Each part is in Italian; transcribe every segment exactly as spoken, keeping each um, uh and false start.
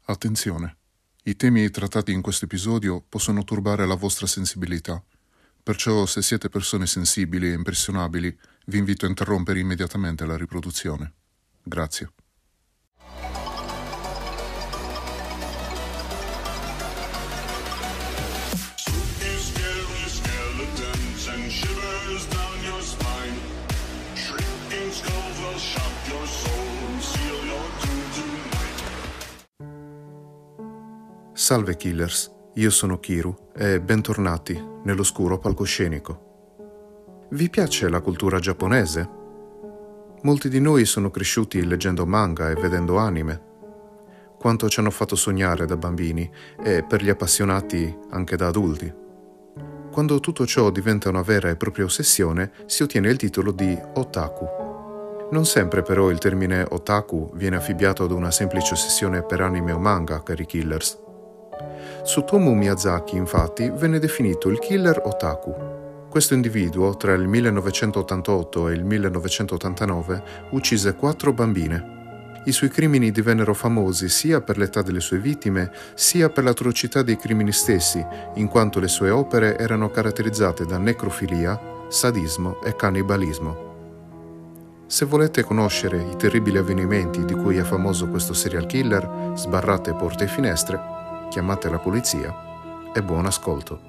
Attenzione, i temi trattati in questo episodio possono turbare la vostra sensibilità, perciò se siete persone sensibili e impressionabili, vi invito a interrompere immediatamente la riproduzione. Grazie. Salve killers, io sono Kiru e bentornati nell'oscuro palcoscenico. Vi piace la cultura giapponese? Molti di noi sono cresciuti leggendo manga e vedendo anime. Quanto ci hanno fatto sognare da bambini e per gli appassionati anche da adulti. Quando tutto ciò diventa una vera e propria ossessione, si ottiene il titolo di otaku. Non sempre però il termine otaku viene affibbiato ad una semplice ossessione per anime o manga, cari killers. Tsutomu Miyazaki, infatti, venne definito il killer otaku. Questo individuo, tra il millenovecentottantotto e il millenovecentottantanove, uccise quattro bambine. I suoi crimini divennero famosi sia per l'età delle sue vittime, sia per l'atrocità dei crimini stessi, in quanto le sue opere erano caratterizzate da necrofilia, sadismo e cannibalismo. Se volete conoscere i terribili avvenimenti di cui è famoso questo serial killer, sbarrate porte e finestre, chiamate la polizia e buon ascolto.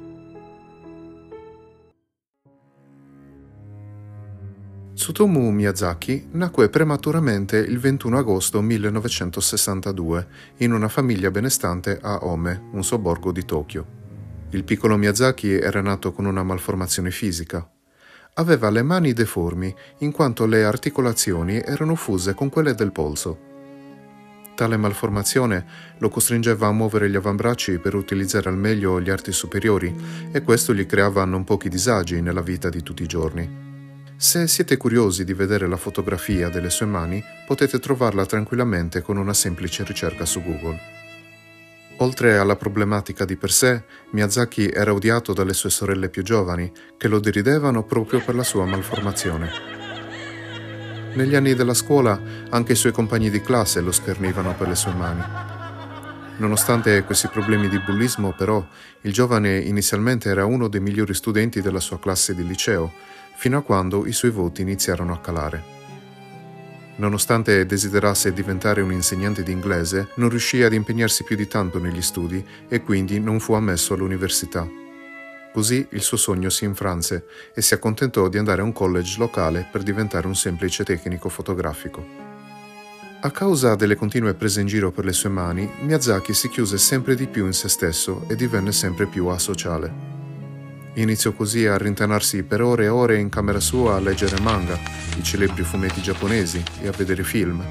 Tsutomu Miyazaki nacque prematuramente il ventuno agosto millenovecentosessantadue in una famiglia benestante a Ome, un sobborgo di Tokyo. Il piccolo Miyazaki era nato con una malformazione fisica. Aveva le mani deformi in quanto le articolazioni erano fuse con quelle del polso. Tale malformazione lo costringeva a muovere gli avambracci per utilizzare al meglio gli arti superiori e questo gli creava non pochi disagi nella vita di tutti i giorni. Se siete curiosi di vedere la fotografia delle sue mani, potete trovarla tranquillamente con una semplice ricerca su Google. Oltre alla problematica di per sé, Miyazaki era odiato dalle sue sorelle più giovani, che lo deridevano proprio per la sua malformazione. Negli anni della scuola anche i suoi compagni di classe lo schernivano per le sue mani. Nonostante questi problemi di bullismo, però, il giovane inizialmente era uno dei migliori studenti della sua classe di liceo, fino a quando i suoi voti iniziarono a calare. Nonostante desiderasse diventare un insegnante di inglese, non riuscì ad impegnarsi più di tanto negli studi e quindi non fu ammesso all'università. Così il suo sogno si infranse e si accontentò di andare a un college locale per diventare un semplice tecnico fotografico. A causa delle continue prese in giro per le sue mani, Miyazaki si chiuse sempre di più in se stesso e divenne sempre più asociale. Iniziò così a rintanarsi per ore e ore in camera sua a leggere manga, i celebri fumetti giapponesi e a vedere film.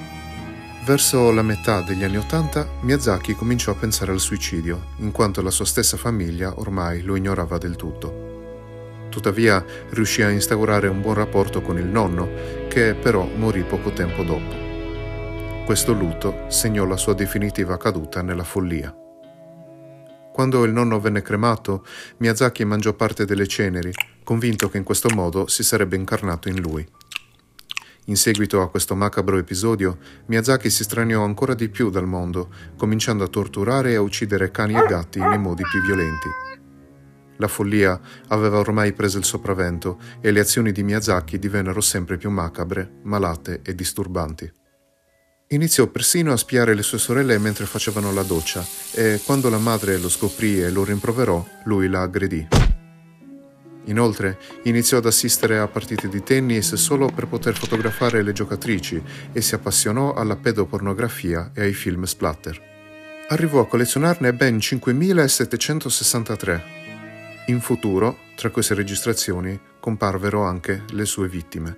Verso la metà degli anni Ottanta, Miyazaki cominciò a pensare al suicidio, in quanto la sua stessa famiglia ormai lo ignorava del tutto. Tuttavia, riuscì a instaurare un buon rapporto con il nonno, che però morì poco tempo dopo. Questo lutto segnò la sua definitiva caduta nella follia. Quando il nonno venne cremato, Miyazaki mangiò parte delle ceneri, convinto che in questo modo si sarebbe incarnato in lui. In seguito a questo macabro episodio, Miyazaki si straniò ancora di più dal mondo, cominciando a torturare e a uccidere cani e gatti nei modi più violenti. La follia aveva ormai preso il sopravvento e le azioni di Miyazaki divennero sempre più macabre, malate e disturbanti. Iniziò persino a spiare le sue sorelle mentre facevano la doccia e, quando la madre lo scoprì e lo rimproverò, lui la aggredì. Inoltre, iniziò ad assistere a partite di tennis solo per poter fotografare le giocatrici e si appassionò alla pedopornografia e ai film splatter. Arrivò a collezionarne ben cinquemilasettecentosessantatré. In futuro, tra queste registrazioni, comparvero anche le sue vittime.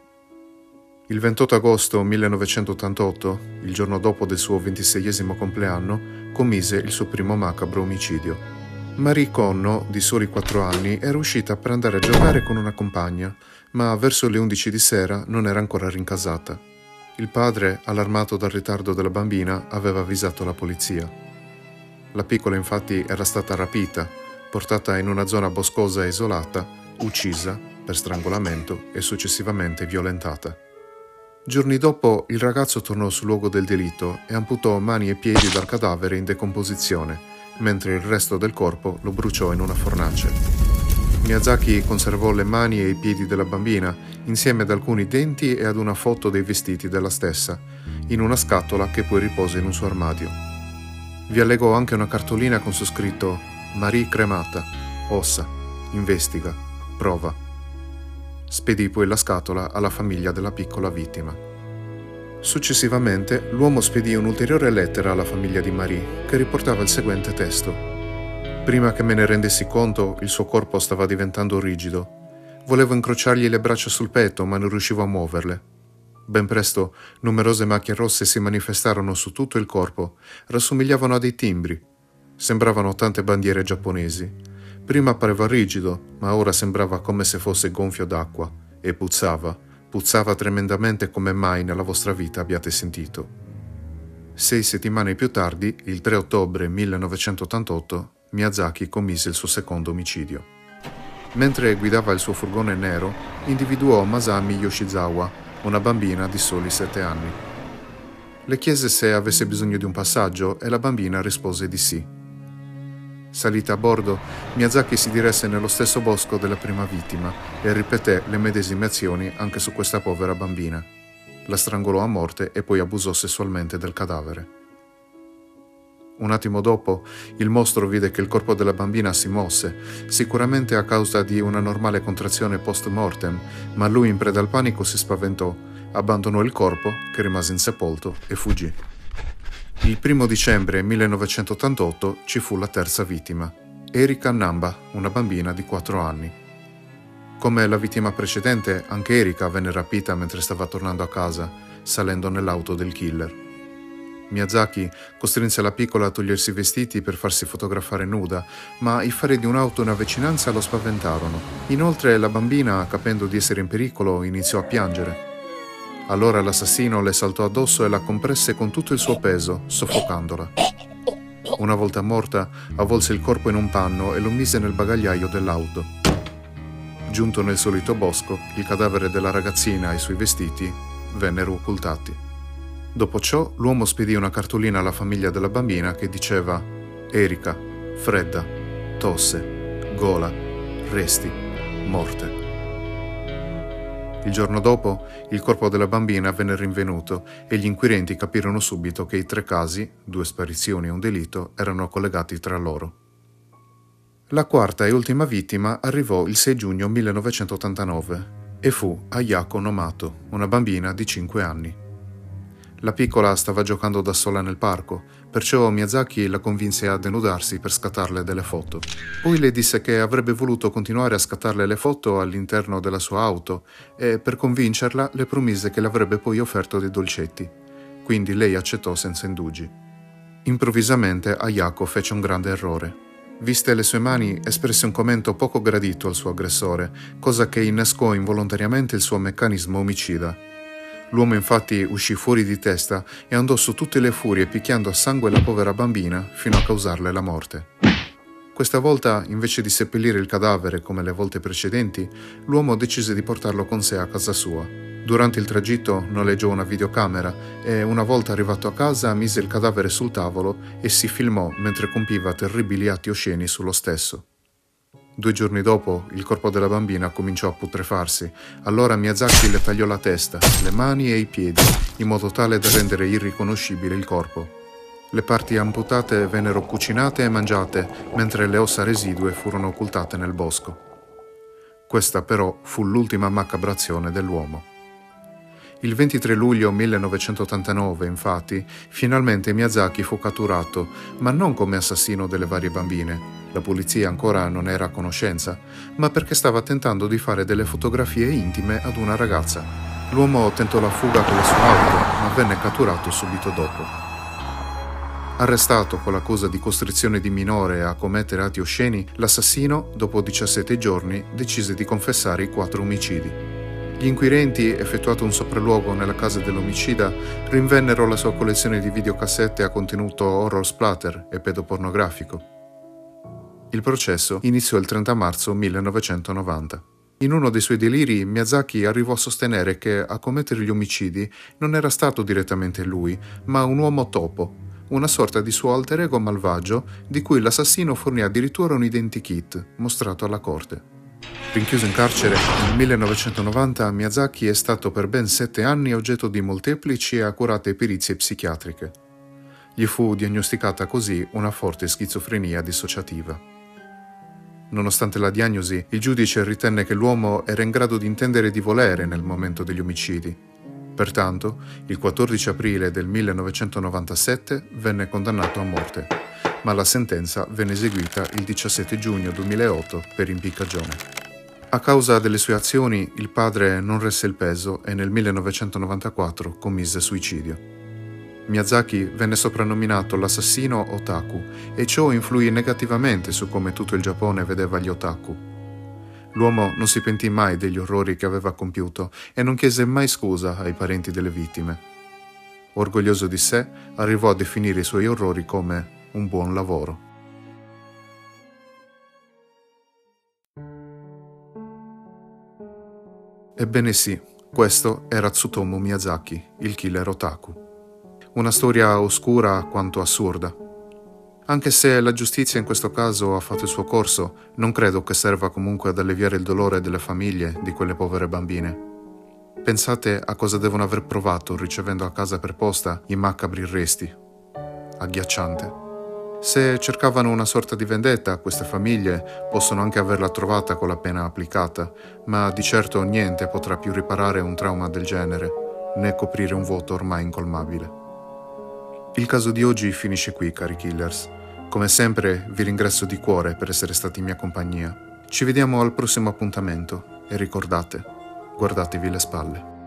Il ventotto agosto millenovecentottantotto, il giorno dopo del suo ventiseiesimo compleanno, commise il suo primo macabro omicidio. Marie Conno, di soli quattro anni, era uscita per andare a giocare con una compagna, ma verso le undici di sera non era ancora rincasata. Il padre, allarmato dal ritardo della bambina, aveva avvisato la polizia. La piccola infatti era stata rapita, portata in una zona boscosa e isolata, uccisa per strangolamento e successivamente violentata. Giorni dopo il ragazzo tornò sul luogo del delitto e amputò mani e piedi dal cadavere in decomposizione, mentre il resto del corpo lo bruciò in una fornace. Miyazaki conservò le mani e i piedi della bambina, insieme ad alcuni denti e ad una foto dei vestiti della stessa, in una scatola che poi riposa in un suo armadio. Vi allegò anche una cartolina con su scritto «Marie cremata, ossa, investiga, prova». Spedì poi la scatola alla famiglia della piccola vittima. Successivamente, l'uomo spedì un'ulteriore lettera alla famiglia di Marie, che riportava il seguente testo. Prima che me ne rendessi conto, il suo corpo stava diventando rigido. Volevo incrociargli le braccia sul petto, ma non riuscivo a muoverle. Ben presto, numerose macchie rosse si manifestarono su tutto il corpo, rassomigliavano a dei timbri. Sembravano tante bandiere giapponesi. Prima pareva rigido, ma ora sembrava come se fosse gonfio d'acqua, e puzzava, puzzava tremendamente come mai nella vostra vita abbiate sentito. Sei settimane più tardi, il tre ottobre millenovecentottantotto, Miyazaki commise il suo secondo omicidio. Mentre guidava il suo furgone nero, individuò Masami Yoshizawa, una bambina di soli sette anni. Le chiese se avesse bisogno di un passaggio e la bambina rispose di sì. Salita a bordo, Miyazaki si diresse nello stesso bosco della prima vittima e ripeté le medesime azioni anche su questa povera bambina. La strangolò a morte e poi abusò sessualmente del cadavere. Un attimo dopo, il mostro vide che il corpo della bambina si mosse, sicuramente a causa di una normale contrazione post-mortem, ma lui in preda al panico si spaventò, abbandonò il corpo, che rimase insepolto, e fuggì. Il primo dicembre millenovecentottantotto ci fu la terza vittima, Erika Namba, una bambina di quattro anni. Come la vittima precedente, anche Erika venne rapita mentre stava tornando a casa, salendo nell'auto del killer. Miyazaki costrinse la piccola a togliersi i vestiti per farsi fotografare nuda, ma i fari di un'auto in vicinanza lo spaventarono. Inoltre la bambina, capendo di essere in pericolo, iniziò a piangere. Allora l'assassino le saltò addosso e la compresse con tutto il suo peso, soffocandola. Una volta morta, avvolse il corpo in un panno e lo mise nel bagagliaio dell'auto. Giunto nel solito bosco, il cadavere della ragazzina e i suoi vestiti vennero occultati. Dopo ciò, l'uomo spedì una cartolina alla famiglia della bambina che diceva «Erika, fredda, tosse, gola, resti, morte». Il giorno dopo, il corpo della bambina venne rinvenuto e gli inquirenti capirono subito che i tre casi, due sparizioni e un delitto, erano collegati tra loro. La quarta e ultima vittima arrivò il sei giugno millenovecentottantanove e fu Ayako Nomato, una bambina di cinque anni. La piccola stava giocando da sola nel parco, perciò Miyazaki la convinse a denudarsi per scattarle delle foto. Poi le disse che avrebbe voluto continuare a scattarle le foto all'interno della sua auto e per convincerla le promise che le avrebbe poi offerto dei dolcetti. Quindi lei accettò senza indugi. Improvvisamente Ayako fece un grande errore. Viste le sue mani, espresse un commento poco gradito al suo aggressore, cosa che innescò involontariamente il suo meccanismo omicida. L'uomo infatti uscì fuori di testa e andò su tutte le furie picchiando a sangue la povera bambina fino a causarle la morte. Questa volta, invece di seppellire il cadavere come le volte precedenti, l'uomo decise di portarlo con sé a casa sua. Durante il tragitto noleggiò una videocamera e, una volta arrivato a casa, mise il cadavere sul tavolo e si filmò mentre compiva terribili atti osceni sullo stesso. Due giorni dopo, il corpo della bambina cominciò a putrefarsi. Allora Miyazaki le tagliò la testa, le mani e i piedi, in modo tale da rendere irriconoscibile il corpo. Le parti amputate vennero cucinate e mangiate, mentre le ossa residue furono occultate nel bosco. Questa però fu l'ultima macabrazione dell'uomo. Il ventitré luglio millenovecentottantanove, infatti, finalmente Miyazaki fu catturato, ma non come assassino delle varie bambine. La polizia ancora non era a conoscenza, ma perché stava tentando di fare delle fotografie intime ad una ragazza. L'uomo tentò la fuga con la sua auto, ma venne catturato subito dopo. Arrestato con l'accusa di costrizione di minore a commettere atti osceni, l'assassino, dopo diciassette giorni, decise di confessare i quattro omicidi. Gli inquirenti, effettuato un sopralluogo nella casa dell'omicida, rinvennero la sua collezione di videocassette a contenuto horror splatter e pedopornografico. Il processo iniziò il trenta marzo millenovecentonovanta. In uno dei suoi deliri, Miyazaki arrivò a sostenere che a commettere gli omicidi non era stato direttamente lui, ma un uomo topo, una sorta di suo alter ego malvagio di cui l'assassino fornì addirittura un identikit mostrato alla corte. Rinchiuso in carcere, nel millenovecentonovanta Miyazaki è stato per ben sette anni oggetto di molteplici e accurate perizie psichiatriche. Gli fu diagnosticata così una forte schizofrenia dissociativa. Nonostante la diagnosi, il giudice ritenne che l'uomo era in grado di intendere e di volere nel momento degli omicidi. Pertanto, il quattordici aprile del millenovecentonovantasette venne condannato a morte, ma la sentenza venne eseguita il diciassette giugno duemilaotto per impiccagione. A causa delle sue azioni, il padre non resse il peso e nel millenovecentonovantaquattro commise suicidio. Miyazaki venne soprannominato l'assassino otaku e ciò influì negativamente su come tutto il Giappone vedeva gli otaku. L'uomo non si pentì mai degli orrori che aveva compiuto e non chiese mai scusa ai parenti delle vittime. Orgoglioso di sé, arrivò a definire i suoi orrori come un buon lavoro. Ebbene sì, questo era Tsutomu Miyazaki, il killer otaku. Una storia oscura quanto assurda. Anche se la giustizia in questo caso ha fatto il suo corso, non credo che serva comunque ad alleviare il dolore delle famiglie di quelle povere bambine. Pensate a cosa devono aver provato ricevendo a casa per posta i macabri resti. Agghiacciante. Se cercavano una sorta di vendetta, queste famiglie possono anche averla trovata con la pena applicata, ma di certo niente potrà più riparare un trauma del genere, né coprire un vuoto ormai incolmabile. Il caso di oggi finisce qui, cari killers. Come sempre vi ringrazio di cuore per essere stati in mia compagnia. Ci vediamo al prossimo appuntamento e ricordate, guardatevi le spalle.